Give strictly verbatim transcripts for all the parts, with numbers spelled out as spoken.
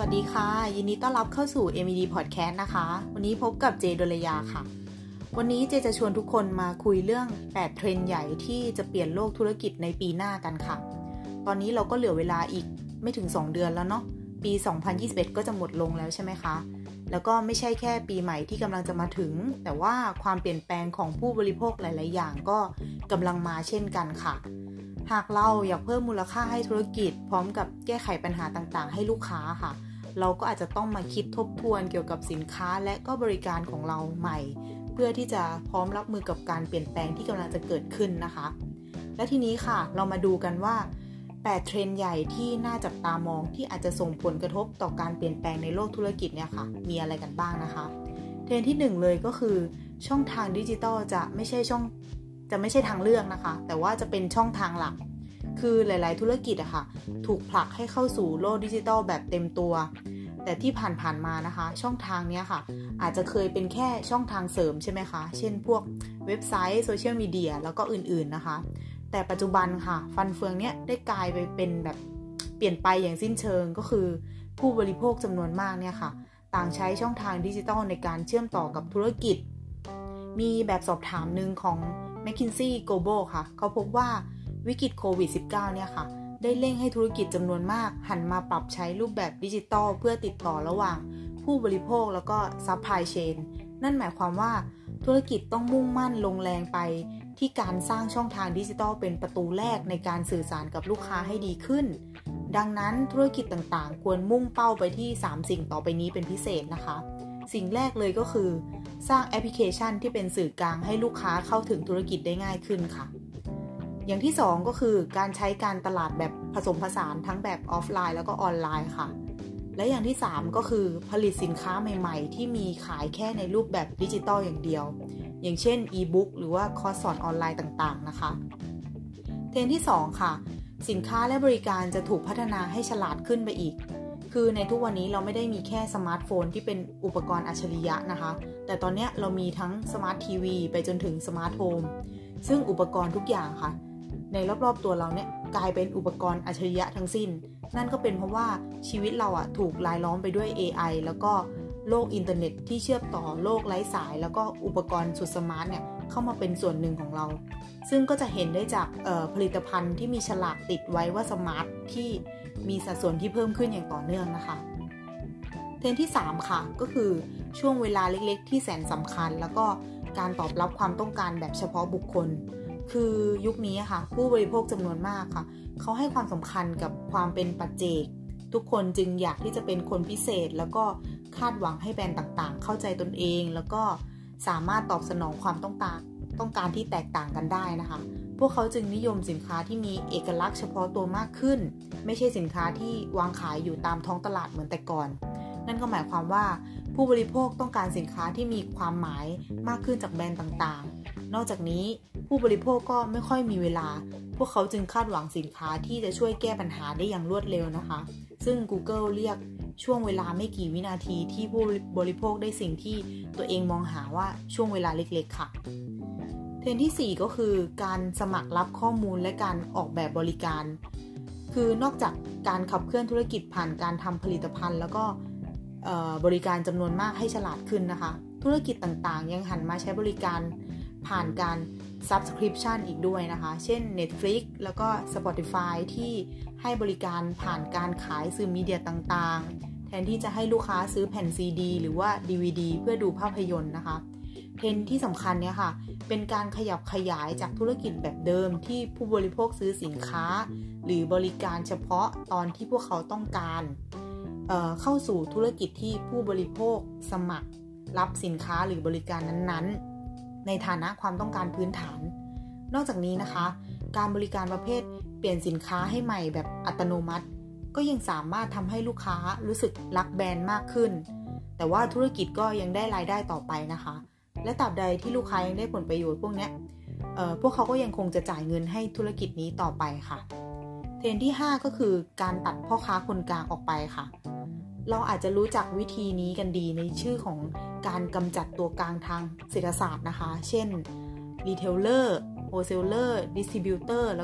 วัสดีค่ะยินดีต้อนรับเข้าสู่ เอ็ม อี ดี Podcast นะคะวันนี้พบกับเจดลยาค่ะวันนี้เจจะชวนทุกคนมาคุยเรื่องแปดเทรนด์ใหญ่ที่จะเปลี่ยนโลกธุรกิจในปีหน้ากันค่ะตอนนี้เราก็เหลือเวลาอีกไม่ถึงสองเดือนแล้วเนาะปีสองพันยี่สิบเอ็ดก็จะหมดลงแล้วใช่ไหมคะแล้วก็ไม่ใช่แค่ปีใหม่ที่กำลังจะมาถึงแต่ว่าความเปลี่ยนแปลงของผู้บริโภคหลายๆอย่างก็กำลังมาเช่นกันค่ะหากเราอยากเพิ่มมูลค่าให้ธุรกิจพร้อมกับแก้ไขปัญหาต่างๆให้ลูกค้าค่ะเราก็อาจจะต้องมาคิดทบทวนเกี่ยวกับสินค้าและก็บริการของเราใหม่เพื่อที่จะพร้อมรับมือกับการเปลี่ยนแปลงที่กำลังจะเกิดขึ้นนะคะและทีนี้ค่ะเรามาดูกันว่าแปดเทรนด์ใหญ่ที่น่าจับตามองที่อาจจะส่งผลกระทบต่อการเปลี่ยนแปลงในโลกธุรกิจเนี่ยค่ะมีอะไรกันบ้างนะคะเทรนด์ที่หนึ่งเลยก็คือช่องทางดิจิทัลจะไม่ใช่ช่องจะไม่ใช่ทางเลือกนะคะแต่ว่าจะเป็นช่องทางหลักคือหลายๆธุรกิจอะค่ะถูกผลักให้เข้าสู่โลกดิจิทัลแบบเต็มตัวแต่ที่ผ่านๆมานะคะช่องทางนี้ค่ะอาจจะเคยเป็นแค่ช่องทางเสริมใช่ไหมคะเช่นพวกเว็บไซต์โซเชียลมีเดียแล้วก็อื่นๆนะคะแต่ปัจจุบันค่ะฟันเฟืองเนี้ยได้กลายไปเป็นแบบเปลี่ยนไปอย่างสิ้นเชิงก็คือผู้บริโภคจำนวนมากเนี่ยค่ะต่างใช้ช่องทางดิจิทัลในการเชื่อมต่อกับธุรกิจมีแบบสอบถามหนึ่งของ McKinsey Global ค่ะเขาพบว่าวิกฤตโควิด สิบเก้า เนี่ยค่ะได้เร่งให้ธุรกิจจำนวนมากหันมาปรับใช้รูปแบบดิจิทัลเพื่อติดต่อระหว่างผู้บริโภคแล้วก็ซัพพลายเชนนั่นหมายความว่าธุรกิจต้องมุ่งมั่นลงแรงไปที่การสร้างช่องทางดิจิทัลเป็นประตูแรกในการสื่อสารกับลูกค้าให้ดีขึ้นดังนั้นธุรกิจต่างๆควรมุ่งเป้าไปที่สามสิ่งต่อไปนี้เป็นพิเศษนะคะสิ่งแรกเลยก็คือสร้างแอปพลิเคชันที่เป็นสื่อกลางให้ลูกค้าเข้าถึงธุรกิจได้ง่ายขึ้นค่ะอย่างที่สองก็คือการใช้การตลาดแบบผสมผสานทั้งแบบออฟไลน์แล้วก็ออนไลน์ค่ะและอย่างที่สามก็คือผลิตสินค้าใหม่ๆที่มีขายแค่ในรูปแบบดิจิตอลอย่างเดียวอย่างเช่นอีบุ๊กหรือว่าคอร์สสอนออนไลน์ต่างๆนะคะเทรนด์ที่สองค่ะสินค้าและบริการจะถูกพัฒนาให้ฉลาดขึ้นไปอีกคือในทุกวันนี้เราไม่ได้มีแค่สมาร์ทโฟนที่เป็นอุปกรณ์อัจฉริยะนะคะแต่ตอนนี้เรามีทั้งสมาร์ททีวีไปจนถึงสมาร์ทโฮมซึ่งอุปกรณ์ทุกอย่างค่ะในรอบๆตัวเราเนี่ยกลายเป็นอุปกรณ์อัจฉริยะทั้งสิ้นนั่นก็เป็นเพราะว่าชีวิตเราอ่ะถูกรายล้อมไปด้วย เอ ไอ แล้วก็โลกอินเทอร์เน็ตที่เชื่อมต่อโลกไร้สายแล้วก็อุปกรณ์สุดสมาร์ทเนี่ยเข้ามาเป็นส่วนหนึ่งของเราซึ่งก็จะเห็นได้จากผลิตภัณฑ์ที่มีฉลากติดไว้ว่าสมาร์ทที่มีสัดส่วนที่เพิ่มขึ้นอย่างต่อเนื่องนะคะเทรนด์ที่สามค่ะก็คือช่วงเวลาเล็กๆที่แสนสำคัญแล้วก็การตอบรับความต้องการแบบเฉพาะบุคคลคือยุคนี้ค่ะผู้บริโภคจำนวนมากค่ะเขาให้ความสำคัญกับความเป็นปัจเจกทุกคนจึงอยากที่จะเป็นคนพิเศษแล้วก็คาดหวังให้แบรนด์ต่างๆเข้าใจตนเองแล้วก็สามารถตอบสนองความต้องการต้องการที่แตกต่างกันได้นะคะพวกเขาจึงนิยมสินค้าที่มีเอกลักษณ์เฉพาะตัวมากขึ้นไม่ใช่สินค้าที่วางขายอยู่ตามท้องตลาดเหมือนแต่ก่อนนั่นก็หมายความว่าผู้บริโภคต้องการสินค้าที่มีความหมายมากขึ้นจากแบรนด์ต่างๆนอกจากนี้ผู้บริโภคก็ไม่ค่อยมีเวลาพวกเขาจึงคาดหวังสินค้าที่จะช่วยแก้ปัญหาได้อย่างรวดเร็วนะคะซึ่ง Google เรียกช่วงเวลาไม่กี่วินาทีที่ผู้บริโภคได้สิ่งที่ตัวเองมองหาว่าช่วงเวลาเล็กๆค่ะเทรนด์ที่สี่ก็คือการสมัครรับข้อมูลและการออกแบบบริการคือนอกจากการขับเคลื่อนธุรกิจผ่านการทำผลิตภัณฑ์แล้วก็บริการจำนวนมากให้ฉลาดขึ้นนะคะธุรกิจต่างๆยังหันมาใช้บริการผ่านการ Subscription อีกด้วยนะคะเช่น Netflix แล้วก็ Spotify ที่ให้บริการผ่านการขายสื่อมีเดียต่างๆแทนที่จะให้ลูกค้าซื้อแผ่น ซี ดี หรือว่า ดี วี ดี เพื่อดูภาพยนตร์นะคะเทรนด์ที่สำคัญเนี่ยค่ะเป็นการขยับขยายจากธุรกิจแบบเดิมที่ผู้บริโภคซื้อสินค้าหรือบริการเฉพาะตอนที่พวกเขาต้องการเอ่อเข้าสู่ธุรกิจที่ผู้บริโภคสมัครรับสินค้าหรือบริการนั้นๆในฐานะความต้องการพื้นฐานนอกจากนี้นะคะการบริการประเภทเปลี่ยนสินค้าให้ใหม่แบบอัตโนมัติก็ยังสามารถทำให้ลูกค้ารู้สึกรักแบรนด์มากขึ้นแต่ว่าธุรกิจก็ยังได้รายได้ต่อไปนะคะและตราบใดที่ลูกค้ายังได้ผลประโยชน์พวกนี้เอ่อพวกเขาก็ยังคงจะจ่ายเงินให้ธุรกิจนี้ต่อไปค่ะเทรนด์ที่ห้าก็คือการตัดพ่อค้าคนกลางออกไปค่ะเราอาจจะรู้จักวิธีนี้กันดีในชื่อของการกำจัดตัวกลางทางเศรษฐศาสตร์นะคะเช่นรีเทลเลอร์โฮลเซลเลอร์ดิสทริบิวเตอร์แล้วก็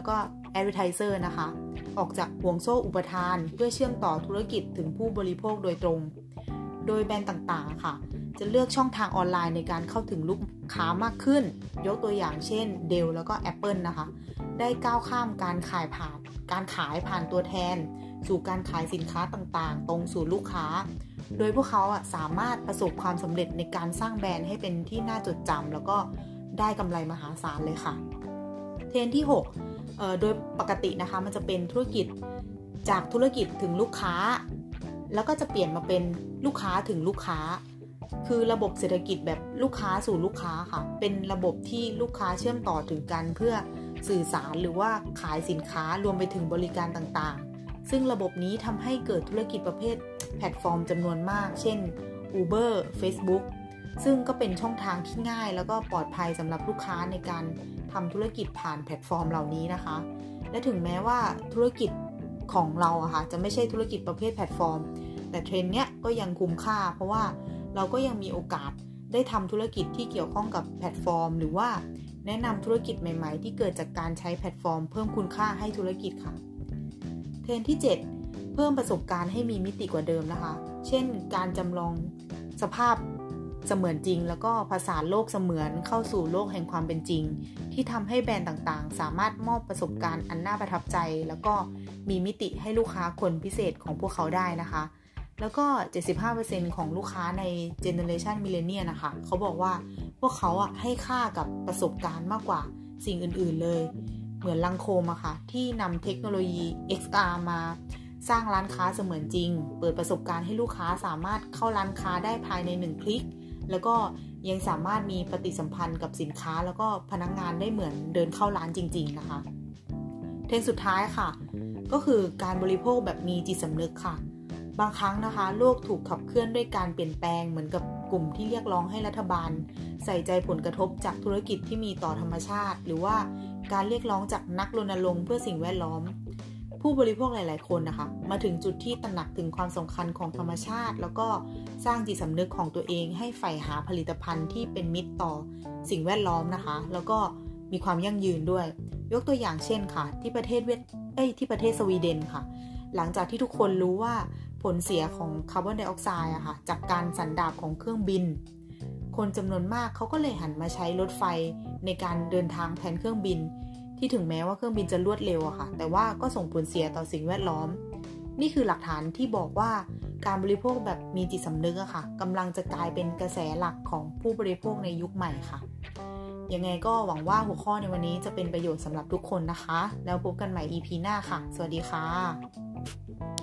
Advertiser นะคะออกจากห่วงโซ่อุปทานเพื่อเชื่อมต่อธุรกิจถึงผู้บริโภคโดยตรงโดยแบรนด์ต่างๆค่ะจะเลือกช่องทางออนไลน์ในการเข้าถึงลูกค้ามากขึ้นยกตัวอย่างเช่น Dell แล้วก็ Apple นะคะได้ก้าวข้ามการขายผ่านการขายผ่านตัวแทนสู่การขายสินค้าต่างๆตรงสู่ลูกค้าโดยพวกเขาอ่ะสามารถประสบความสำเร็จในการสร้างแบรนด์ให้เป็นที่น่าจดจำแล้วก็ได้กำไรมหาศาลเลยค่ะเทรนด์ที่หกเอ่อโดยปกตินะคะมันจะเป็นธุรกิจจากธุรกิจถึงลูกค้าแล้วก็จะเปลี่ยนมาเป็นลูกค้าถึงลูกค้าคือระบบเศรษฐกิจแบบลูกค้าสู่ลูกค้าค่ะเป็นระบบที่ลูกค้าเชื่อมต่อถึงกันเพื่อสื่อสารหรือว่าขายสินค้ารวมไปถึงบริการต่างๆซึ่งระบบนี้ทำให้เกิดธุรกิจประเภทแพลตฟอร์มจำนวนมากเช่น Uber Facebook ซึ่งก็เป็นช่องทางที่ง่ายแล้วก็ปลอดภัยสำหรับลูกค้าในการทำธุรกิจผ่านแพลตฟอร์มเหล่านี้นะคะและถึงแม้ว่าธุรกิจของเราอะค่ะจะไม่ใช่ธุรกิจประเภทแพลตฟอร์มแต่เทรนด์เนี้ยก็ยังคุ้มค่าเพราะว่าเราก็ยังมีโอกาสได้ทำธุรกิจที่เกี่ยวข้องกับแพลตฟอร์มหรือว่าแนะนำธุรกิจใหม่ๆที่เกิดจากการใช้แพลตฟอร์มเพิ่มคุณค่าให้ธุรกิจค่ะเทรนด์ที่เจ็ดเพิ่มประสบการณ์ให้มีมิติกว่าเดิมนะคะเช่นการจำลองสภาพเสมือนจริงแล้วก็ผสานโลกเสมือนเข้าสู่โลกแห่งความเป็นจริงที่ทำให้แบรนด์ต่างๆสามารถมอบประสบการณ์อันน่าประทับใจแล้วก็มีมิติให้ลูกค้าคนพิเศษของพวกเขาได้นะคะแล้วก็ เจ็ดสิบห้าเปอร์เซ็นต์ ของลูกค้าใน Generation Millennial นะคะเขาบอกว่าพวกเขาอ่ะให้ค่ากับประสบการณ์มากกว่าสิ่งอื่นๆเลยเหมือนลังโคมอะค่ะที่นำเทคโนโลยี เอ็กซ์ อาร์ มาสร้างร้านค้าเสมือนจริงเปิดประสบการณ์ให้ลูกค้าสามารถเข้าร้านค้าได้ภายในหนึ่งคลิกแล้วก็ยังสามารถมีปฏิสัมพันธ์กับสินค้าแล้วก็พนักงานได้เหมือนเดินเข้าร้านจริงๆนะคะเทรนด์สุดท้ายค่ะก็คือการบริโภคแบบมีจิตสำนึกค่ะบางครั้งนะคะโลกถูกขับเคลื่อนด้วยการเปลี่ยนแปลงเหมือนกับกลุ่มที่เรียกร้องให้รัฐบาลใส่ใจผลกระทบจากธุรกิจที่มีต่อธรรมชาติหรือว่าการเรียกร้องจากนักรณรงค์เพื่อสิ่งแวดล้อมผู้บริโภคหลายๆคนนะคะมาถึงจุดที่ตระหนักถึงความสำคัญของธรรมชาติแล้วก็สร้างจิตสำนึกของตัวเองให้ใฝ่หาผลิตภัณฑ์ที่เป็นมิตรต่อสิ่งแวดล้อมนะคะแล้วก็มีความยั่งยืนด้วยยกตัวอย่างเช่นค่ะที่ประเทศเวทเอ้ยที่ประเทศสวีเดนค่ะหลังจากที่ทุกคนรู้ว่าผลเสียของคาร์บอนไดออกไซด์อะค่ะจากการสันดาปของเครื่องบินคนจำนวนมากเขาก็เลยหันมาใช้รถไฟในการเดินทางแทนเครื่องบินที่ถึงแม้ว่าเครื่องบินจะรวดเร็วอะค่ะแต่ว่าก็ส่งผลเสียต่อสิ่งแวดล้อมนี่คือหลักฐานที่บอกว่าการบริโภคแบบมีจิตสำนึกอะค่ะกำลังจะกลายเป็นกระแสหลักของผู้บริโภคในยุคใหม่ค่ะยังไงก็หวังว่าหัวข้อในวันนี้จะเป็นประโยชน์สำหรับทุกคนนะคะแล้วพบกันใหม่ อี พี หน้าค่ะสวัสดีค่ะ